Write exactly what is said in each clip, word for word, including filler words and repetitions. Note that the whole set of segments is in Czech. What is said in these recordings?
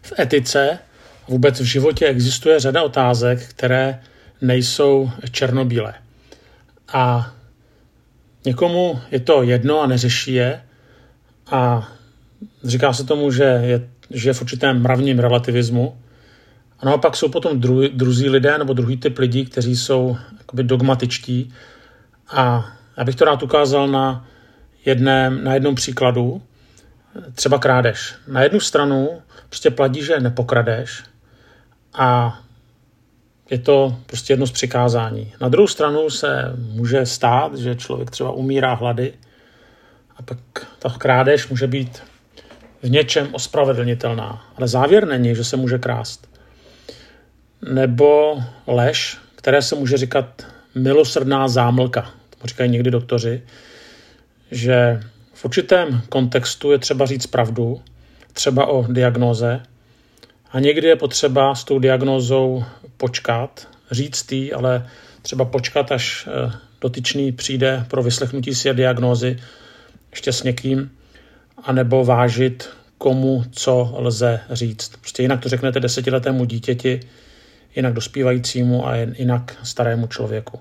v etice, vůbec v životě existuje řada otázek, které nejsou černobílé. A někomu je to jedno a neřeší je a říká se tomu, že je, že je v určitém mravním relativismu. A naopak jsou potom dru, druzí lidé nebo druhý typ lidí, kteří jsou jakoby dogmatičtí. A já bych to rád ukázal na, jedném, na jednom příkladu, třeba krádež. Na jednu stranu prostě platí, že nepokradeš a je to prostě jedno z přikázání. Na druhou stranu se může stát, že člověk třeba umírá hlady a pak ta krádež může být v něčem ospravedlnitelná. Ale závěr není, že se může krást. Nebo lež, které se může říkat milosrdná zámlka. To říkají někdy doktoři, že v určitém kontextu je třeba říct pravdu, třeba o diagnóze, a někdy je potřeba s tou diagnózou počkat, říct jí, ale třeba počkat, až dotyčný přijde pro vyslechnutí si diagnózy ještě s někým, anebo vážit, komu co lze říct. Prostě jinak to řeknete desetiletému dítěti, jinak dospívajícímu a jinak starému člověku.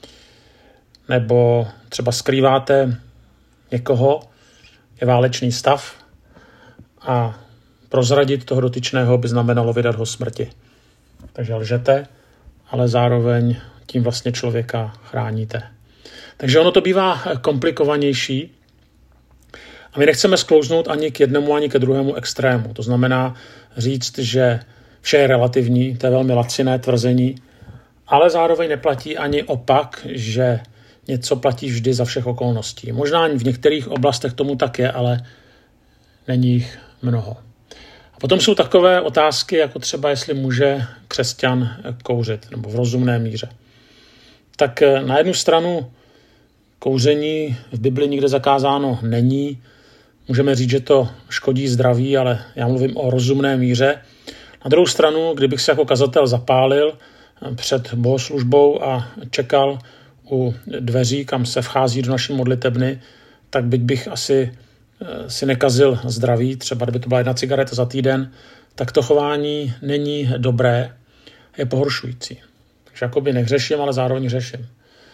Nebo třeba skrýváte někoho, je válečný stav a prozradit toho dotyčného by znamenalo vydat ho smrti. Takže lžete, ale zároveň tím vlastně člověka chráníte. Takže ono to bývá komplikovanější a my nechceme sklouznout ani k jednomu, ani ke druhému extrému. To znamená říct, že vše je relativní, to je velmi laciné tvrzení, ale zároveň neplatí ani opak, že něco platí vždy za všech okolností. Možná v některých oblastech tomu tak je, ale není jich mnoho. A potom jsou takové otázky, jako třeba jestli může křesťan kouřit, nebo v rozumné míře. Tak na jednu stranu kouření v Bibli nikde zakázáno není. Můžeme říct, že to škodí zdraví, ale já mluvím o rozumné míře. Na druhou stranu, kdybych se jako kazatel zapálil před bohoslužbou a čekal u dveří, kam se vchází do naší modlitebny, tak byť bych asi si nekazil zdraví, třeba kdyby to byla jedna cigareta za týden, tak to chování není dobré, je pohoršující. Takže jakoby nehřeším, ale zároveň řeším.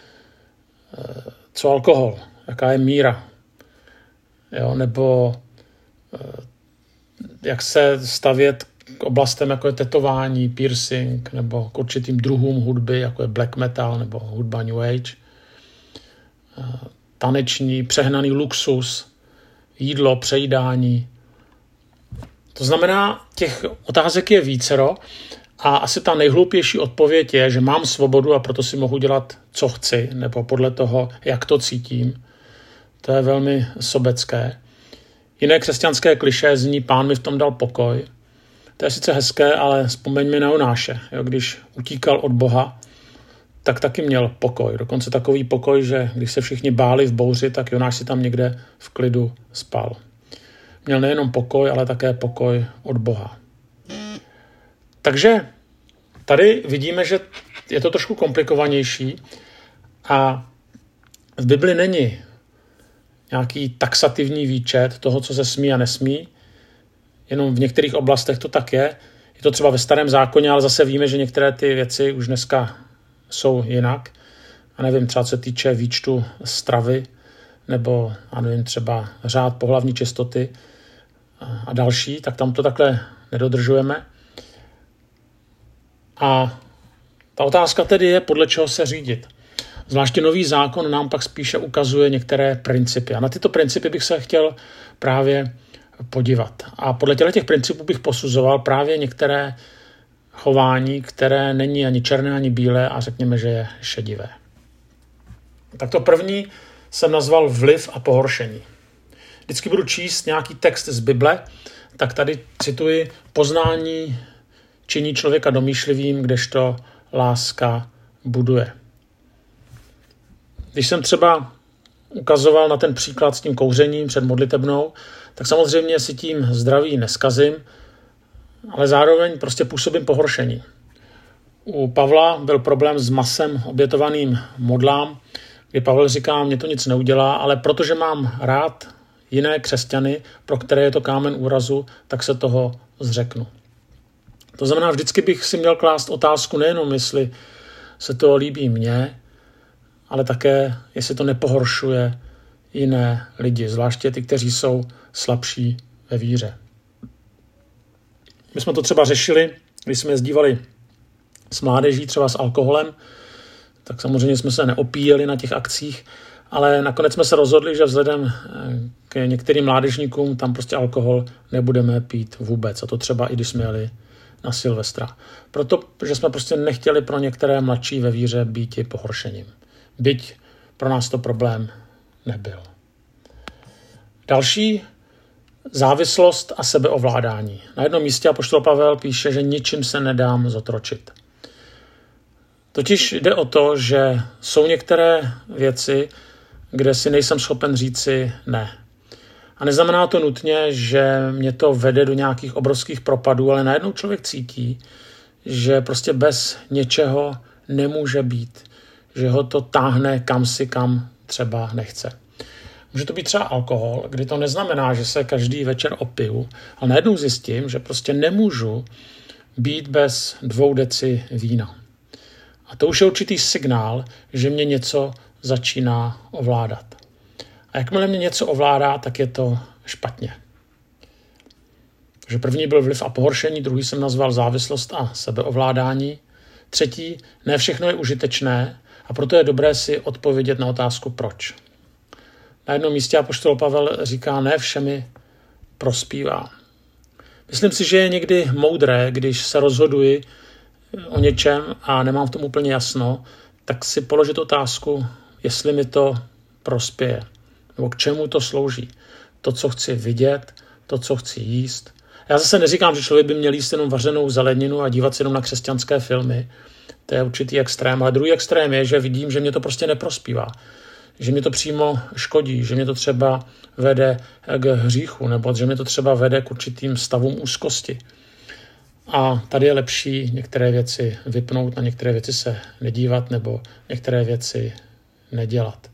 Co alkohol? Jaká je míra? Jo, nebo jak se stavět k oblastem, jako je tetování, piercing, nebo k určitým druhům hudby, jako je black metal nebo hudba New Age. Taneční, přehnaný luxus, jídlo, přejídání. To znamená, těch otázek je vícero a asi ta nejhloupější odpověď je, že mám svobodu a proto si mohu dělat, co chci, nebo podle toho, jak to cítím. To je velmi sobecké. Jiné křesťanské klišé zní, Pán mi v tom dal pokoj. To je sice hezké, ale vzpomeňme na Jonáše. Jo, když utíkal od Boha, tak taky měl pokoj. Dokonce takový pokoj, že když se všichni báli v bouři, tak Jonáš si tam někde v klidu spal. Měl nejenom pokoj, ale také pokoj od Boha. Takže tady vidíme, že je to trošku komplikovanější a v Bibli není nějaký taxativní výčet toho, co se smí a nesmí. Jenom v některých oblastech to tak je. Je to třeba ve Starém zákoně, ale zase víme, že některé ty věci už dneska jsou jinak. A nevím, třeba co se týče výčtu stravy, nebo a nevím, třeba řád pohlavní čistoty a další, tak tam to takhle nedodržujeme. A ta otázka tedy je, podle čeho se řídit. Zvláště nový zákon nám pak spíše ukazuje některé principy. A na tyto principy bych se chtěl právě podívat. A podle těch principů bych posuzoval právě některé chování, které není ani černé, ani bílé a řekněme, že je šedivé. Tak to první jsem nazval vliv a pohoršení. Vždycky budu číst nějaký text z Bible, tak tady cituji, poznání činí člověka domýšlivým, kdežto láska buduje. Když jsem třeba ukazoval na ten příklad s tím kouřením před modlitebnou, tak samozřejmě si tím zdraví neskazím, ale zároveň prostě působím pohoršení. U Pavla byl problém s masem obětovaným modlám, kdy Pavel říká, mě to nic neudělá, ale protože mám rád jiné křesťany, pro které je to kámen úrazu, tak se toho zřeknu. To znamená, vždycky bych si měl klást otázku nejenom, jestli se to líbí mně, ale také, jestli to nepohoršuje jiné lidi, zvláště ty, kteří jsou slabší ve víře. My jsme to třeba řešili, když jsme jezdívali s mládeží, třeba s alkoholem, tak samozřejmě jsme se neopíjeli na těch akcích, ale nakonec jsme se rozhodli, že vzhledem k některým mládežníkům tam prostě alkohol nebudeme pít vůbec. A to třeba i když jsme jeli na Silvestra. Protože jsme prostě nechtěli pro některé mladší ve víře být i pohoršením. Byť pro nás to problém nebyl. Další, závislost a sebeovládání. Na jednom místě apoštol Pavel píše, že ničím se nedám zotročit. Totiž jde o to, že jsou některé věci, kde si nejsem schopen říci ne. A neznamená to nutně, že mě to vede do nějakých obrovských propadů, ale najednou člověk cítí, že prostě bez něčeho nemůže být. Že ho to táhne kam si, kam třeba nechce. Může to být třeba alkohol, kdy to neznamená, že se každý večer opiju, ale najednou zjistím, že prostě nemůžu být bez dvou deci vína. A to už je určitý signál, že mě něco začíná ovládat. A jakmile mě něco ovládá, tak je to špatně. Takže první byl vliv a pohoršení, druhý jsem nazval závislost a sebeovládání. Třetí, ne všechno je užitečné a proto je dobré si odpovědět na otázku proč. Na jednom místě apoštol Pavel říká, ne všemi prospívá. Myslím si, že je někdy moudré, když se rozhoduji o něčem a nemám v tom úplně jasno, tak si položit otázku, jestli mi to prospěje, nebo k čemu to slouží. To, co chci vidět, to, co chci jíst. Já zase neříkám, že člověk by měl jíst jenom vařenou zeleninu a dívat se jenom na křesťanské filmy. To je určitý extrém, ale druhý extrém je, že vidím, že mě to prostě neprospívá. Že mě to přímo škodí, že mě to třeba vede k hříchu, nebo že mě to třeba vede k určitým stavům úzkosti. A tady je lepší některé věci vypnout, na některé věci se nedívat nebo některé věci nedělat.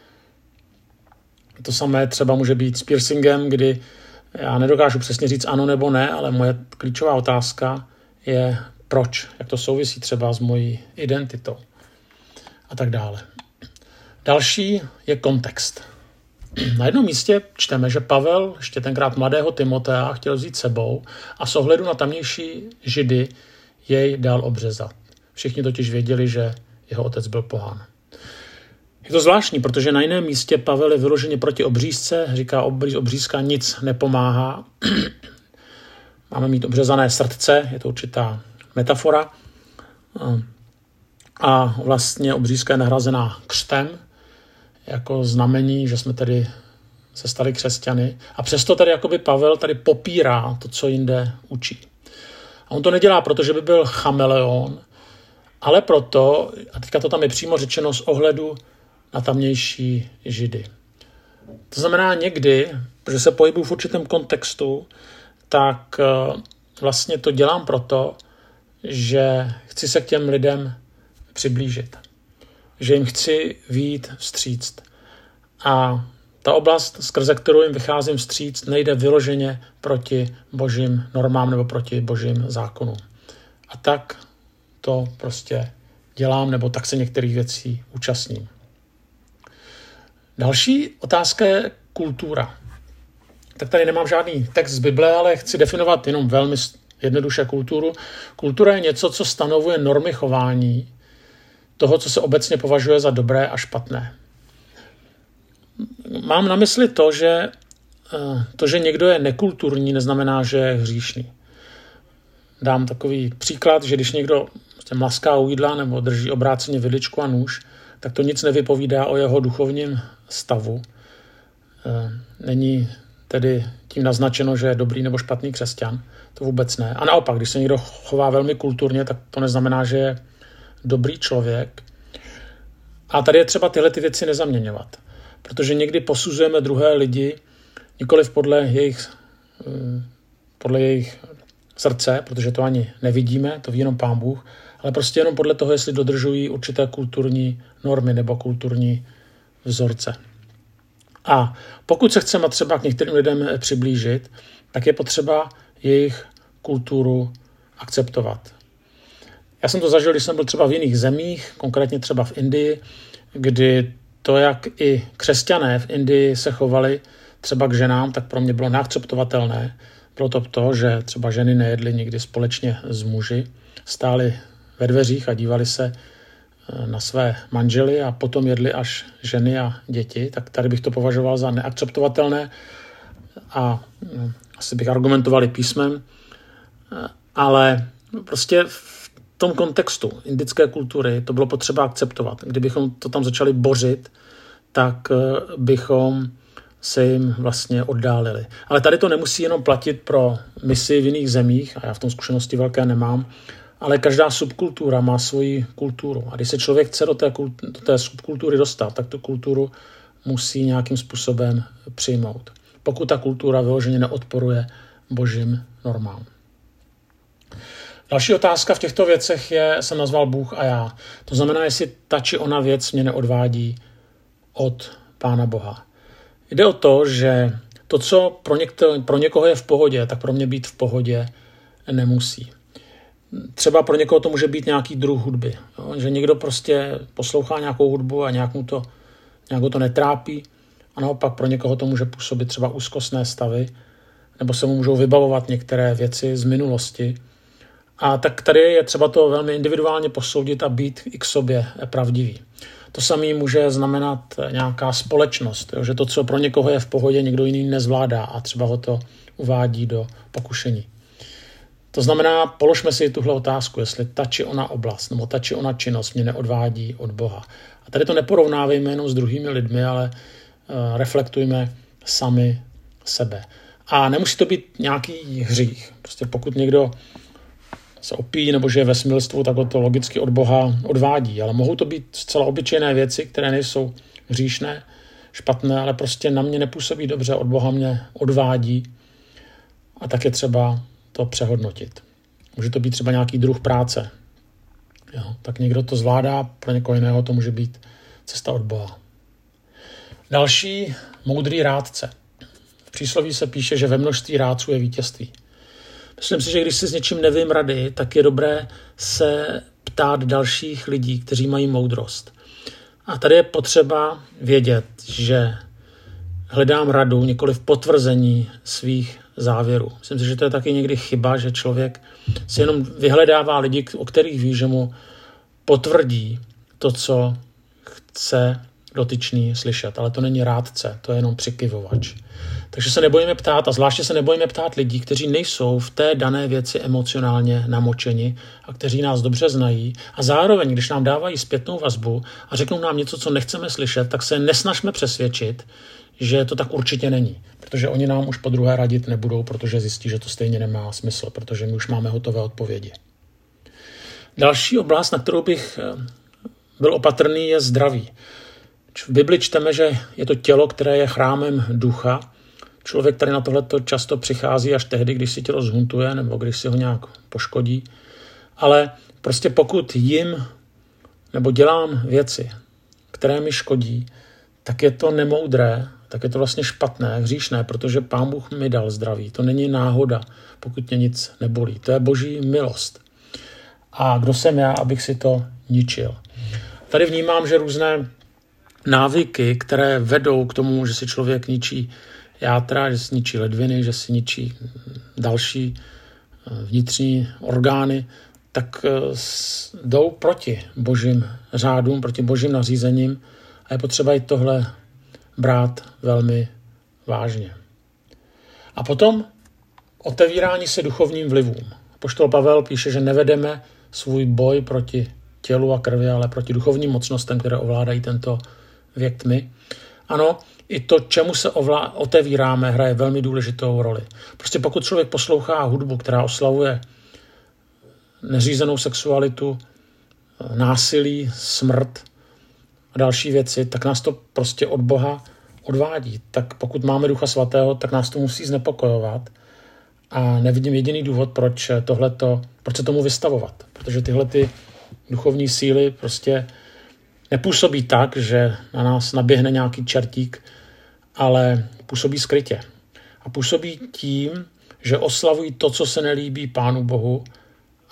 To samé třeba může být s piercingem, kdy já nedokážu přesně říct ano nebo ne, ale moje klíčová otázka je proč, jak to souvisí třeba s mojí identitou a tak dále. Další je kontext. Na jednom místě čteme, že Pavel ještě tenkrát mladého Timotea chtěl vzít sebou a s ohledu na tamnější Židy jej dal obřezat. Všichni totiž věděli, že jeho otec byl pohán. Je to zvláštní, protože na jiném místě Pavel je vyloženě proti obřízce, říká, obřízka nic nepomáhá. Máme mít obřezané srdce, je to určitá metafora. A vlastně obřízka je nahrazená křtem, jako znamení, že jsme tedy se stali křesťany. A přesto tady jakoby Pavel tady popírá to, co jinde učí. A on to nedělá, protože by byl chameleon, ale proto, a teďka to tam je přímo řečeno, z ohledu na tamnější Židy. To znamená někdy, protože se pohybuju v určitém kontextu, tak vlastně to dělám proto, že chci se k těm lidem přiblížit. Že jim chci vyjít vstříct. A ta oblast, skrze kterou jim vycházím vstříct, nejde vyloženě proti božím normám nebo proti božím zákonům. A tak to prostě dělám, nebo tak se některých věcí účastním. Další otázka je kultura. Tak tady nemám žádný text z Bible, ale chci definovat jenom velmi jednoduše kulturu. Kultura je něco, co stanovuje normy chování toho, co se obecně považuje za dobré a špatné. Mám na mysli to, že to, že někdo je nekulturní, neznamená, že je hříšný. Dám takový příklad, že když někdo mlaská u jídla nebo drží obráceně vidličku a nůž, tak to nic nevypovídá o jeho duchovním stavu. Není tedy tím naznačeno, že je dobrý nebo špatný křesťan. To vůbec ne. A naopak, když se někdo chová velmi kulturně, tak to neznamená, že je dobrý člověk. A tady je třeba tyhle ty věci nezaměňovat. Protože někdy posuzujeme druhé lidi nikoliv podle jejich, podle jejich srdce, protože to ani nevidíme, to ví jenom Pán Bůh, ale prostě jenom podle toho, jestli dodržují určité kulturní normy nebo kulturní vzorce. A pokud se chceme třeba k některým lidem přiblížit, tak je potřeba jejich kulturu akceptovat. Já jsem to zažil, když jsem byl třeba v jiných zemích, konkrétně třeba v Indii, kdy to, jak i křesťané v Indii se chovali třeba k ženám, tak pro mě bylo neakceptovatelné. Bylo to to, že třeba ženy nejedly nikdy společně s muži, stály ve dveřích a dívali se na své manžely a potom jedli až ženy a děti, tak tady bych to považoval za neakceptovatelné a asi bych argumentoval i písmem, ale prostě v tom kontextu indické kultury to bylo potřeba akceptovat. Kdybychom to tam začali bořit, tak bychom se jim vlastně oddálili. Ale tady to nemusí jenom platit pro misi v jiných zemích, a já v tom zkušenosti velké nemám, ale každá subkultura má svoji kulturu. A když se člověk chce do té, kultu, do té subkultury dostat, tak tu kulturu musí nějakým způsobem přijmout. Pokud ta kultura vyloženě neodporuje božím normám. Další otázka v těchto věcech je, jsem nazval Bůh a já. To znamená, jestli ta či ona věc mě neodvádí od Pána Boha. Jde o to, že to, co pro, některé, pro někoho je v pohodě, tak pro mě být v pohodě nemusí. Třeba pro někoho to může být nějaký druh hudby. Jo? Že někdo prostě poslouchá nějakou hudbu a nějak mu to, nějak to netrápí a naopak pro někoho to může působit třeba úzkostné stavy nebo se mu můžou vybavovat některé věci z minulosti. A tak tady je třeba to velmi individuálně posoudit a být i k sobě pravdivý. To samé může znamenat nějaká společnost, jo? Že to, co pro někoho je v pohodě, někdo jiný nezvládá a třeba ho to uvádí do pokušení. To znamená, položme si tuhle otázku, jestli ta či ona oblast nebo ta či ona činnost mě neodvádí od Boha. A tady to neporovnávejme jenom s druhými lidmi, ale uh, reflektujme sami sebe. A nemusí to být nějaký hřích. Prostě pokud někdo se opíjí nebo žije ve smilstvu, tak to logicky od Boha odvádí. Ale mohou to být zcela obyčejné věci, které nejsou hříšné, špatné, ale prostě na mě nepůsobí dobře, od Boha mě odvádí. A tak je třeba to přehodnotit. Může to být třeba nějaký druh práce. Jo, tak někdo to zvládá, pro někoho jiného to může být cesta od Boha. Další, moudrý rádce. V přísloví se píše, že ve množství rádců je vítězství. Myslím si, že když si s něčím nevím rady, tak je dobré se ptát dalších lidí, kteří mají moudrost. A tady je potřeba vědět, že hledám radu, nikoli v potvrzení svých závěrů. Myslím si, že to je taky někdy chyba, že člověk si jenom vyhledává lidi, o kterých ví, že mu potvrdí to, co chce dotyčný slyšet. Ale to není rádce, to je jenom přikyvovač. Takže se nebojíme ptát, a zvláště se nebojíme ptát lidí, kteří nejsou v té dané věci emocionálně namočeni a kteří nás dobře znají. A zároveň, když nám dávají zpětnou vazbu a řeknou nám něco, co nechceme slyšet, tak se nesnažme přesvědčit, že to tak určitě není. Protože oni nám už po druhé radit nebudou, protože zjistí, že to stejně nemá smysl, protože my už máme hotové odpovědi. Další oblast, na kterou bych byl opatrný, je zdraví. V Bibli čteme, že je to tělo, které je chrámem ducha. Člověk tady na tohleto často přichází až tehdy, když si tělo zhuntuje nebo když si ho nějak poškodí. Ale prostě pokud jim nebo dělám věci, které mi škodí, tak je to nemoudré, tak je to vlastně špatné, hříšné, protože Pán Bůh mi dal zdraví. To není náhoda, pokud mě nic nebolí. To je boží milost. A kdo jsem já, abych si to ničil? Tady vnímám, že různé návyky, které vedou k tomu, že si člověk ničí játra, že si ničí ledviny, že si ničí další vnitřní orgány, tak jdou proti božím řádům, proti božím nařízením a je potřeba i tohle brát velmi vážně. A potom otevírání se duchovním vlivům. Apoštol Pavel píše, že nevedeme svůj boj proti tělu a krvi, ale proti duchovním mocnostem, které ovládají tento věk tmy. Ano, i to, čemu se ovlá- otevíráme, hraje velmi důležitou roli. Prostě pokud člověk poslouchá hudbu, která oslavuje neřízenou sexualitu, násilí, smrt a další věci, tak nás to prostě od Boha odvádí. Tak pokud máme Ducha Svatého, tak nás to musí znepokojovat. A nevidím jediný důvod, proč tohleto, proč se tomu vystavovat. Protože tyhle ty duchovní síly prostě nepůsobí tak, že na nás naběhne nějaký čertík, ale působí skrytě. A působí tím, že oslavují to, co se nelíbí Pánu Bohu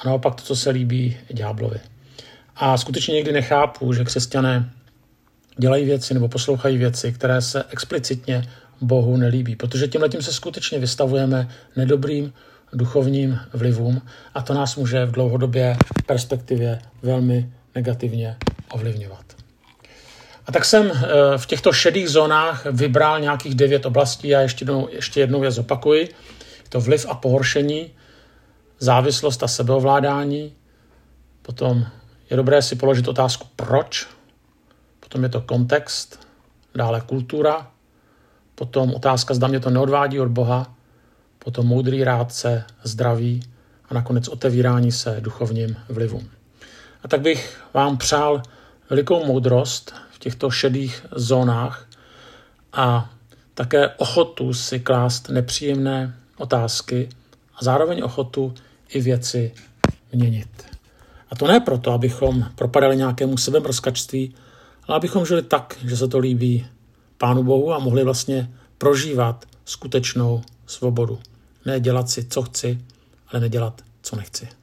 a naopak to, co se líbí ďáblovi. A skutečně někdy nechápu, že křesťané dělají věci nebo poslouchají věci, které se explicitně Bohu nelíbí, protože tímhletím se skutečně vystavujeme nedobrým duchovním vlivům a to nás může v dlouhodobé perspektivě velmi negativně ovlivňovat. A tak jsem v těchto šedých zónách vybral nějakých devět oblastí a ještě jednou, ještě jednou je zopakuji. Je to vliv a pohoršení, závislost a sebeovládání, potom je dobré si položit otázku proč, potom je to kontext, dále kultura, potom otázka, zda mě to neodvádí od Boha, potom moudrý rádce, zdraví a nakonec otevírání se duchovním vlivům. A tak bych vám přál velikou moudrost v těchto šedých zónách a také ochotu si klást nepříjemné otázky a zároveň ochotu i věci měnit. A to ne proto, abychom propadali nějakému sebemrskačství, ale abychom žili tak, že se to líbí Pánu Bohu a mohli vlastně prožívat skutečnou svobodu. Ne dělat si, co chci, ale nedělat, co nechci.